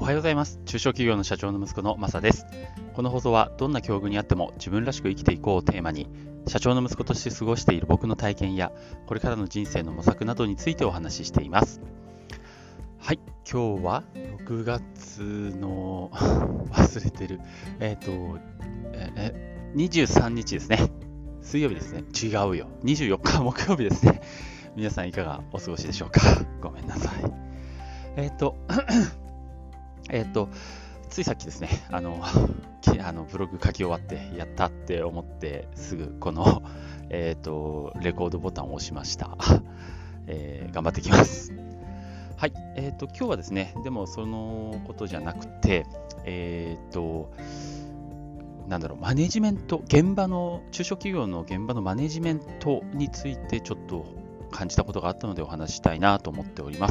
はようございます。中小企業の社長の息子のマサです。この放送はどんな境遇にあっても自分らしく生きていこうをテーマに、社長の息子として過ごしている僕の体験やこれからの人生の模索などについてお話ししています。はい、今日は6月の忘れてる23日ですね。水曜日ですね。違うよ。24日木曜日ですね。皆さんいかがお過ごしでしょうか。ごめんなさい。ついさっきですね、ブログ書き終わって、やったって思って、すぐこの、レコードボタンを押しました。頑張ってきます。はい、今日はですね、でもそのことじゃなくて、マネジメント、中小企業の現場のマネジメントについてちょっと感じたことがあったのでお話ししたいなと思っております。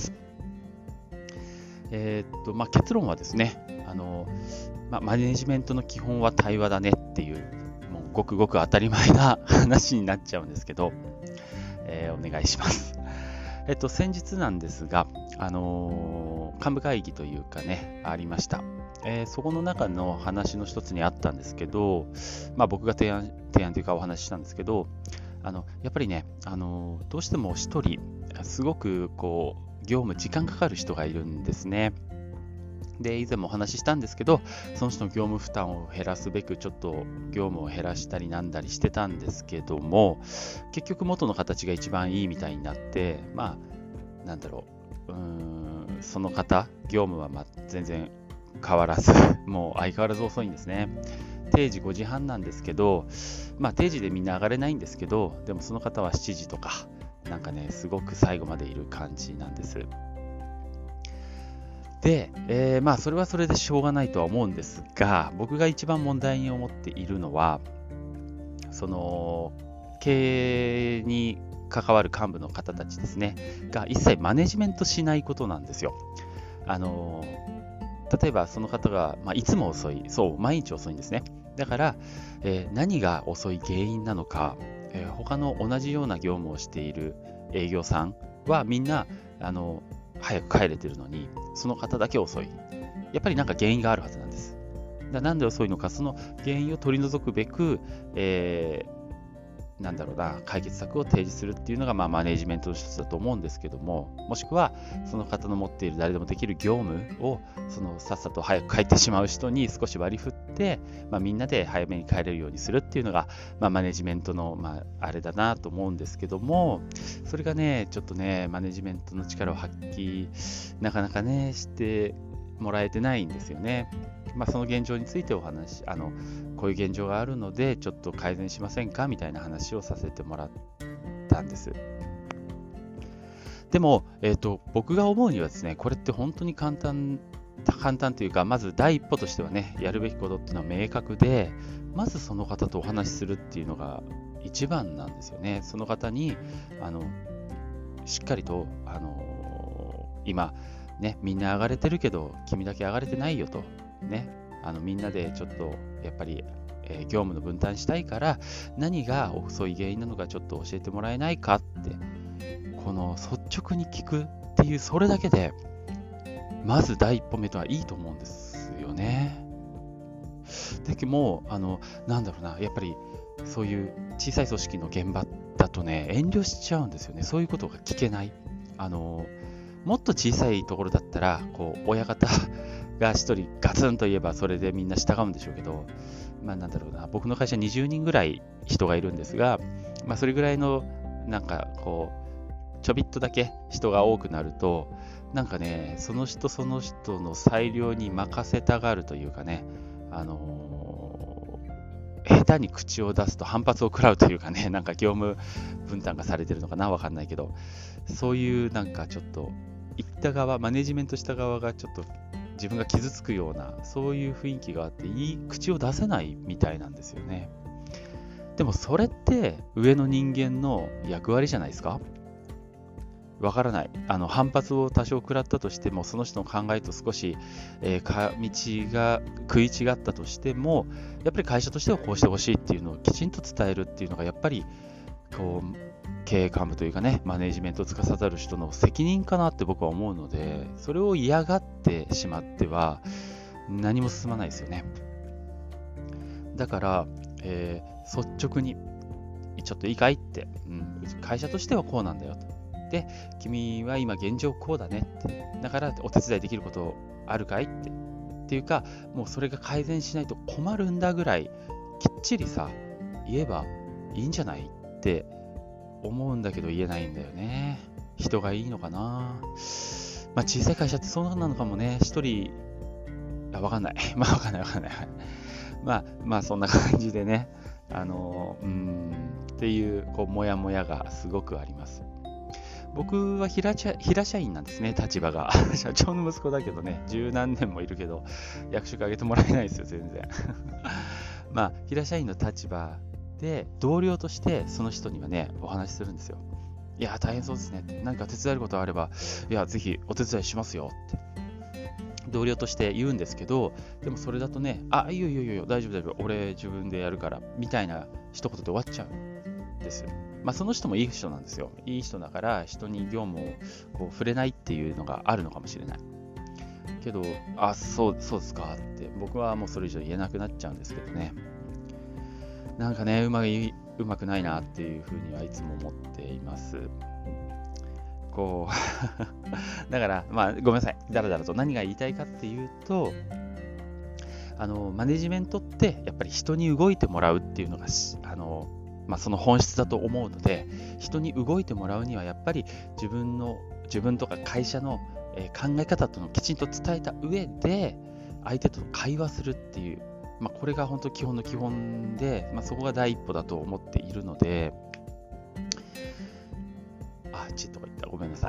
結論はですね、マネジメントの基本は対話だねっていう、もうごくごく当たり前な話になっちゃうんですけど、お願いします。先日なんですが、幹部会議というかね、ありました。そこの中の話の一つにあったんですけど、僕が提案というかお話ししたんですけど、やっぱりね、どうしても一人、すごく業務時間かかる人がいるんですね。で、以前もお話ししたんですけど、その人の業務負担を減らすべくちょっと業務を減らしたりなんだりしてたんですけども、結局元の形が一番いいみたいになって、その方、業務は全然変わらず、もう相変わらず遅いんですね。定時5時半なんですけど、定時でみんな上がれないんですけど、でもその方は7時とか、すごく最後までいる感じなんです。で、それはそれでしょうがないとは思うんですが、僕が一番問題に思っているのは、その経営に関わる幹部の方たちですね、が一切マネジメントしないことなんですよ。例えばその方が、いつも遅い、毎日遅いんですね。だから、何が遅い原因なのか、他の同じような業務をしている営業さんはみんな早く帰れてるのに、その方だけ遅い。やっぱり原因があるはずなんです。なんで遅いのか、その原因を取り除くべく、解決策を提示するっていうのが、マネジメントの一つだと思うんですけども、もしくはその方の持っている誰でもできる業務をさっさと早く帰ってしまう人に少し割り振って、みんなで早めに帰れるようにするっていうのが、マネジメントの、あれだなと思うんですけども、それがねちょっとねマネジメントの力を発揮なかなかねしてもらえてないんですよね。その現状についてお話、こういう現状があるのでちょっと改善しませんかみたいな話をさせてもらったんです。でも、僕が思うにはですね、これって本当に簡単というか、まず第一歩としてはね、やるべきことっていうのは明確で、まずその方とお話しするっていうのが一番なんですよね。その方にしっかりと今ね、みんな上がれてるけど君だけ上がれてないよとね、みんなでちょっとやっぱり、業務の分担したいから何が遅い原因なのかちょっと教えてもらえないかって、この率直に聞くっていう、それだけでまず第一歩目とはいいと思うんですよね。でもやっぱりそういう小さい組織の現場だとね、遠慮しちゃうんですよね。そういうことが聞けない。もっと小さいところだったら親方が一人ガツンと言えばそれでみんな従うんでしょうけど、僕の会社20人ぐらい人がいるんですが、それぐらいのちょびっとだけ人が多くなるとその人の裁量に任せたがるというかね、下手に口を出すと反発を食らうというかね、業務分担がされてるのかな、わかんないけど、そういうちょっと言った側、マネジメントした側がちょっと自分が傷つくような、そういう雰囲気があって口を出せないみたいなんですよね。でもそれって上の人間の役割じゃないですか。わからない。反発を多少食らったとしても、その人の考えと少し、道が食い違ったとしても、やっぱり会社としてはこうしてほしいっていうのをきちんと伝えるっていうのが、やっぱり経営幹部というかね、マネジメントを司る人の責任かなって僕は思うので、それを嫌がってしまっては何も進まないですよね。だから、率直にちょっといいかいって、会社としてはこうなんだよと。で、君は今現状こうだねって。だからお手伝いできることあるかいっていうか、もうそれが改善しないと困るんだぐらいきっちりさ言えばいいんじゃないって思うんだけど言えないんだよね。人がいいのかな。小さい会社ってそうなのかもね。一人わかんないわかんないそんな感じでね、っていう、モヤモヤがすごくあります。僕は平社員なんですね、立場が。社長の息子だけどね、十何年もいるけど、役職上げてもらえないですよ、全然。平社員の立場で、同僚としてその人にはね、お話しするんですよ。いや、大変そうですねって。何か手伝えることあれば、いや、ぜひお手伝いしますよって。同僚として言うんですけど、でもそれだとね、いいよ、大丈夫、俺自分でやるから、みたいな一言で終わっちゃうんですよ。その人もいい人なんですよ。いい人だから人に業務を触れないっていうのがあるのかもしれない。けど、そうですかって、僕はもうそれ以上言えなくなっちゃうんですけどね。なんかね、うまくないなっていうふうにはいつも思っています。だから、ごめんなさい。だらだらと何が言いたいかっていうと、マネジメントってやっぱり人に動いてもらうっていうのがその本質だと思うので、人に動いてもらうにはやっぱり自分とか会社の考え方というのをきちんと伝えた上で相手と会話するっていう、これが本当基本の基本で、そこが第一歩だと思っているので、ちっとか言った、ごめんなさい。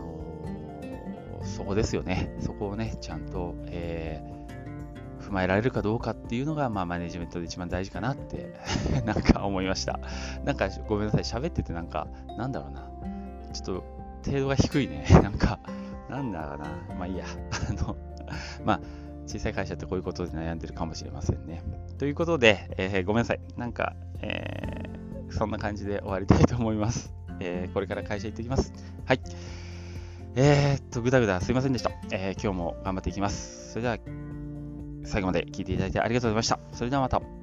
そこですよね。そこをね、ちゃんと、踏まえられるかどうかっていうのが、マネジメントで一番大事かなってなんか思いました。ごめんなさい。喋っててなんだろうな。ちょっと程度が低いね。なんだろうな。いいや。小さい会社ってこういうことで悩んでるかもしれませんね。ということで、ごめんなさい。そんな感じで終わりたいと思います。これから会社行ってきます。はい。ぐだぐだすいませんでした。今日も頑張っていきます。それでは、最後まで聞いていただいてありがとうございました。それではまた。